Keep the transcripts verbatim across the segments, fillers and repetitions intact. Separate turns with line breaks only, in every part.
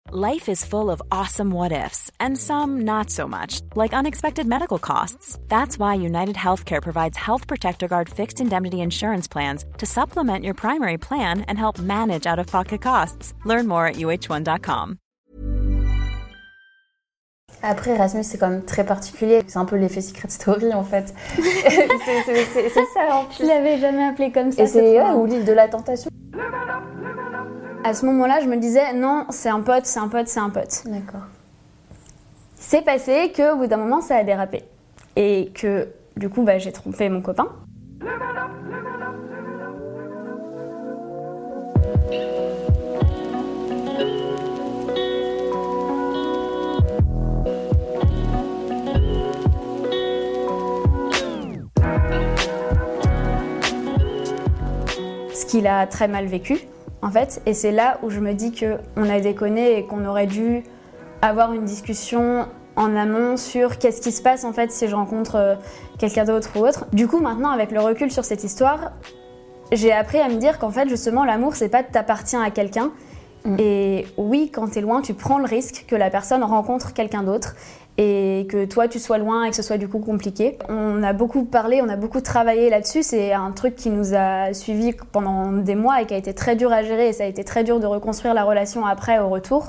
Life is full of awesome what-ifs, and some not so much, like unexpected medical costs. That's why United Healthcare provides Health Protector Guard fixed indemnity insurance plans to supplement your primary plan and help manage out-of-pocket costs. Learn more at U H one dot com.
Après, Erasmus, c'est quand même très particulier. C'est un peu l'effet Secret Story, en fait. c'est, c'est, c'est, c'est ça, en plus.
Je l'avais jamais appelé comme ça.
Et c'est, ouais, ou l'île de la tentation.
À ce moment-là, je me disais, non, c'est un pote, c'est un pote, c'est un pote.
D'accord.
C'est passé qu'au bout d'un moment, ça a dérapé. Et que, du coup, bah, j'ai trompé mon copain. Ce qu'il a très mal vécu. En fait, et c'est là où je me dis qu'on a déconné et qu'on aurait dû avoir une discussion en amont sur qu'est-ce qui se passe en fait si je rencontre quelqu'un d'autre ou autre. Du coup, maintenant, avec le recul sur cette histoire, j'ai appris à me dire qu'en fait, justement, l'amour, c'est pas t'appartiens à quelqu'un. Mmh. Et oui, quand t'es loin, tu prends le risque que la personne rencontre quelqu'un d'autre et que toi, tu sois loin et que ce soit du coup compliqué. On a beaucoup parlé, on a beaucoup travaillé là-dessus. C'est un truc qui nous a suivis pendant des mois et qui a été très dur à gérer. Et ça a été très dur de reconstruire la relation après, au retour.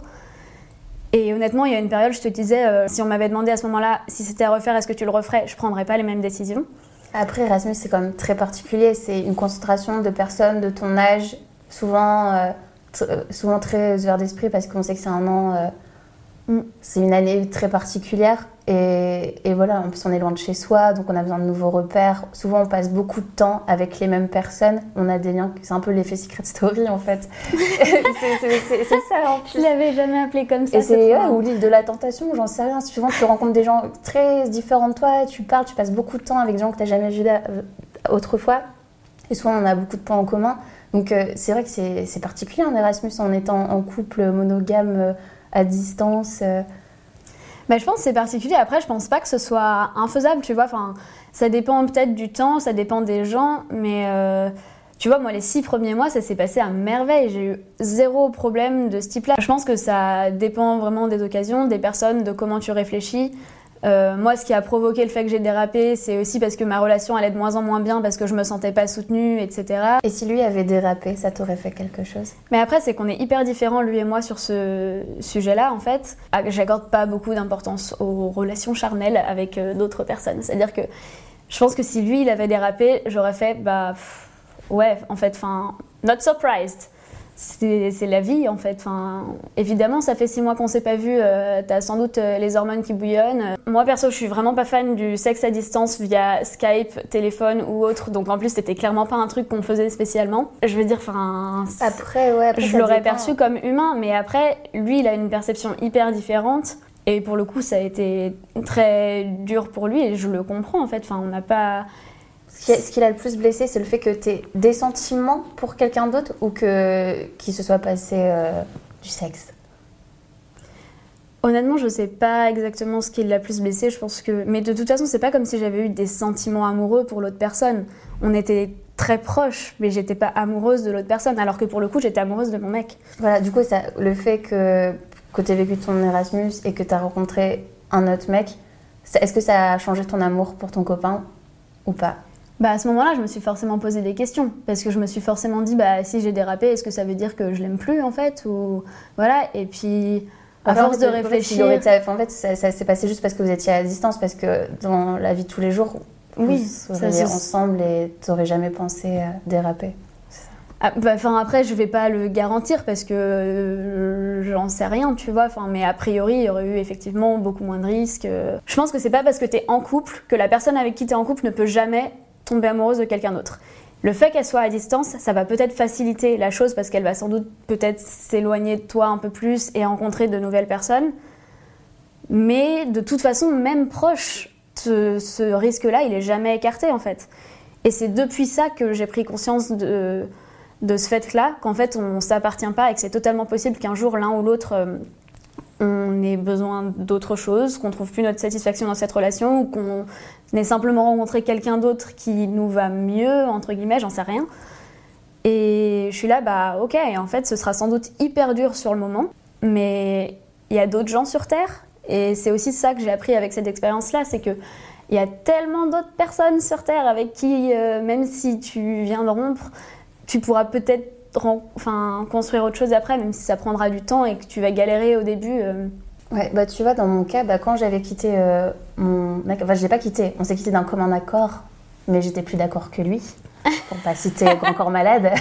Et honnêtement, il y a une période, je te disais, euh, si on m'avait demandé à ce moment-là si c'était à refaire, est-ce que tu le referais ? Je prendrais pas les mêmes décisions.
Après, Erasmus, c'est quand même très particulier. C'est une concentration de personnes de ton âge, souvent, euh, t- souvent très ouvert d'esprit parce qu'on sait que c'est un an... Euh, C'est une année très particulière et, et voilà, en plus on est loin de chez soi, donc on a besoin de nouveaux repères. Souvent on passe beaucoup de temps avec les mêmes personnes, on a des liens, c'est un peu l'effet Secret Story en fait. c'est, c'est, c'est, c'est ça en plus.
Je l'avais jamais appelé comme ça.
Et c'est, ouais, ou l'île de la tentation, j'en sais rien. Souvent tu rencontres des gens très différents de toi, tu parles, tu passes beaucoup de temps avec des gens que tu n'as jamais vus autrefois. Et souvent on a beaucoup de points en commun. Donc euh, c'est vrai que c'est, c'est particulier en Erasmus en étant en couple monogame euh, à distance. Euh...
Bah, je pense que c'est particulier. Après, je pense pas que ce soit infaisable, tu vois. Enfin, ça dépend peut-être du temps, ça dépend des gens, mais euh, tu vois, moi, les six premiers mois, ça s'est passé à merveille. J'ai eu zéro problème de ce type-là. Je pense que ça dépend vraiment des occasions, des personnes, de comment tu réfléchis. Euh, moi, ce qui a provoqué le fait que j'ai dérapé, c'est aussi parce que ma relation allait de moins en moins bien, parce que je me sentais pas soutenue, et cetera.
Et si lui avait dérapé, ça t'aurait fait quelque chose ?
Mais après, c'est qu'on est hyper différents, lui et moi, sur ce sujet-là, en fait. J'accorde pas beaucoup d'importance aux relations charnelles avec euh, d'autres personnes. C'est-à-dire que je pense que si lui, il avait dérapé, j'aurais fait, bah, pff, ouais, en fait, enfin, not surprised. C'est, c'est la vie en fait. Enfin, évidemment, ça fait six mois qu'on s'est pas vu. Euh, t'as sans doute euh, les hormones qui bouillonnent. Moi perso, je suis vraiment pas fan du sexe à distance via Skype, téléphone ou autre. Donc en plus, c'était clairement pas un truc qu'on faisait spécialement. Je veux dire, enfin,
après, ouais, après,
je l'aurais dépend. perçu comme humain, mais après, lui, il a une perception hyper différente. Et pour le coup, ça a été très dur pour lui et je le comprends en fait. Enfin, on n'a pas.
Ce qui l'a le plus blessé, c'est le fait que tu aies des sentiments pour quelqu'un d'autre ou que, qu'il se soit passé euh, du sexe.
Honnêtement, je sais pas exactement ce qui l'a plus blessé. Je pense que, mais de toute façon, c'est pas comme si j'avais eu des sentiments amoureux pour l'autre personne. On était très proches, mais j'étais pas amoureuse de l'autre personne. Alors que pour le coup, j'étais amoureuse de mon mec.
Voilà, du coup, ça, le fait que que t'aies vécu ton Erasmus et que t'as rencontré un autre mec, ça, est-ce que ça a changé ton amour pour ton copain ou pas ?
Bah à ce moment-là, je me suis forcément posé des questions parce que je me suis forcément dit bah si j'ai dérapé, est-ce que ça veut dire que je l'aime plus en fait ou voilà et puis à
enfin,
force
en fait,
de réfléchir.
En fait, en fait ça, ça s'est passé juste parce que vous étiez à distance parce que dans la vie de tous les jours,
oui,
vous seriez ensemble et t'aurais jamais pensé à déraper.
Ah, bah, enfin, après, je vais pas le garantir parce que euh, j'en sais rien, tu vois. Enfin, mais a priori, il y aurait eu effectivement beaucoup moins de risques. Je pense que c'est pas parce que t'es en couple que la personne avec qui t'es en couple ne peut jamais tomber amoureuse de quelqu'un d'autre. Le fait qu'elle soit à distance, ça va peut-être faciliter la chose parce qu'elle va sans doute peut-être s'éloigner de toi un peu plus et rencontrer de nouvelles personnes. Mais de toute façon, même proche, ce, ce risque-là, il est jamais écarté en fait. Et c'est depuis ça que j'ai pris conscience de, de ce fait-là, qu'en fait on ne s'appartient pas et que c'est totalement possible qu'un jour l'un ou l'autre euh, on ait besoin d'autre chose, qu'on trouve plus notre satisfaction dans cette relation ou qu'on ait simplement rencontré quelqu'un d'autre qui nous va mieux, entre guillemets, j'en sais rien. Et je suis là, bah ok, et en fait ce sera sans doute hyper dur sur le moment, mais il y a d'autres gens sur Terre. Et c'est aussi ça que j'ai appris avec cette expérience-là, c'est qu'il y a tellement d'autres personnes sur Terre avec qui, euh, même si tu viens de rompre, tu pourras peut-être ren- enfin, construire autre chose après, même si ça prendra du temps et que tu vas galérer au début. Euh.
Ouais, bah tu vois, dans mon cas, bah, quand j'avais quitté euh, mon mec, enfin je l'ai pas quitté, on s'est quitté d'un commun accord, mais j'étais plus d'accord que lui, pour pas citer Grand Corps Malade.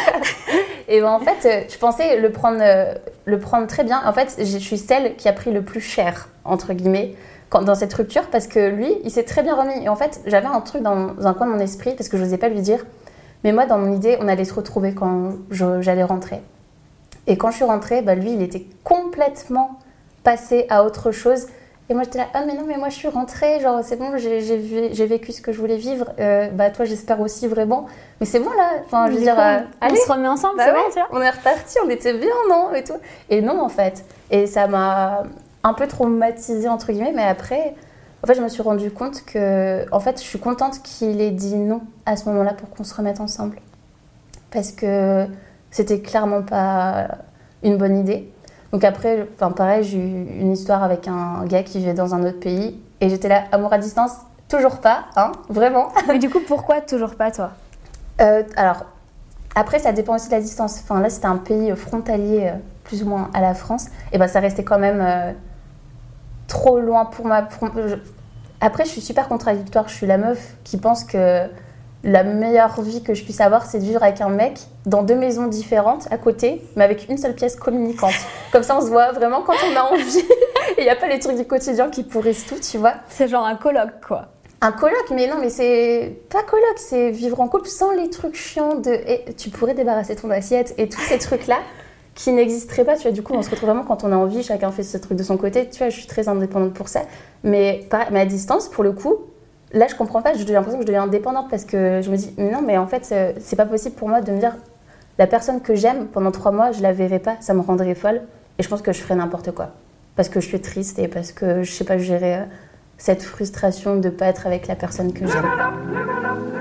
Et ben en fait, je pensais le prendre, le prendre très bien. En fait, je suis celle qui a pris le plus cher, entre guillemets, quand, dans cette rupture, parce que lui, il s'est très bien remis. Et en fait, j'avais un truc dans un coin de mon esprit, parce que je n'osais pas lui dire, mais moi, dans mon idée, on allait se retrouver quand je, j'allais rentrer. Et quand je suis rentrée, bah, lui, il était complètement passé à autre chose. Et moi, j'étais là, ah mais non, mais moi, je suis rentrée, genre, c'est bon, j'ai, j'ai, j'ai vécu ce que je voulais vivre. Euh, bah, toi, j'espère aussi, vraiment. Mais c'est bon, là. Enfin, je veux dire, euh,
on
allez,
se remet ensemble,
bah
c'est
ouais,
bon, tu vois.
on est reparti, on était bien, non, et tout. Et non, en fait. Et ça m'a un peu traumatisée, entre guillemets, mais après, en fait, je me suis rendu compte que, en fait, je suis contente qu'il ait dit non à ce moment-là pour qu'on se remette ensemble. Parce que c'était clairement pas une bonne idée. Donc après, enfin pareil, j'ai eu une histoire avec un gars qui vivait dans un autre pays et j'étais là, amour à distance, toujours pas, hein, vraiment.
Mais du coup, pourquoi toujours pas, toi ?
euh, Alors, après, ça dépend aussi de la distance. Enfin là, c'était un pays frontalier, plus ou moins à la France, et ben ça restait quand même euh, trop loin pour ma. Pour... Après, je suis super contradictoire. Je suis la meuf qui pense que la meilleure vie que je puisse avoir, c'est de vivre avec un mec dans deux maisons différentes à côté, mais avec une seule pièce communicante. Comme ça, on se voit vraiment quand on a envie. Et il n'y a pas les trucs du quotidien qui pourrissent tout, tu vois.
C'est genre un coloc, quoi.
Un coloc, mais non, mais c'est pas coloc, c'est vivre en couple sans les trucs chiants de et tu pourrais débarrasser ton assiette et tous ces trucs-là qui n'existeraient pas. Tu vois, du coup, on se retrouve vraiment quand on a envie, chacun fait ce truc de son côté. Tu vois, je suis très indépendante pour ça. Mais, mais à distance, pour le coup, là, je comprends pas, j'ai l'impression que je deviens indépendante parce que je me dis, non, mais en fait, c'est pas possible pour moi de me dire, la personne que j'aime pendant trois mois, je la verrai pas, ça me rendrait folle. Et je pense que je ferais n'importe quoi. Parce que je suis triste et parce que je sais pas gérer cette frustration de pas être avec la personne que j'aime.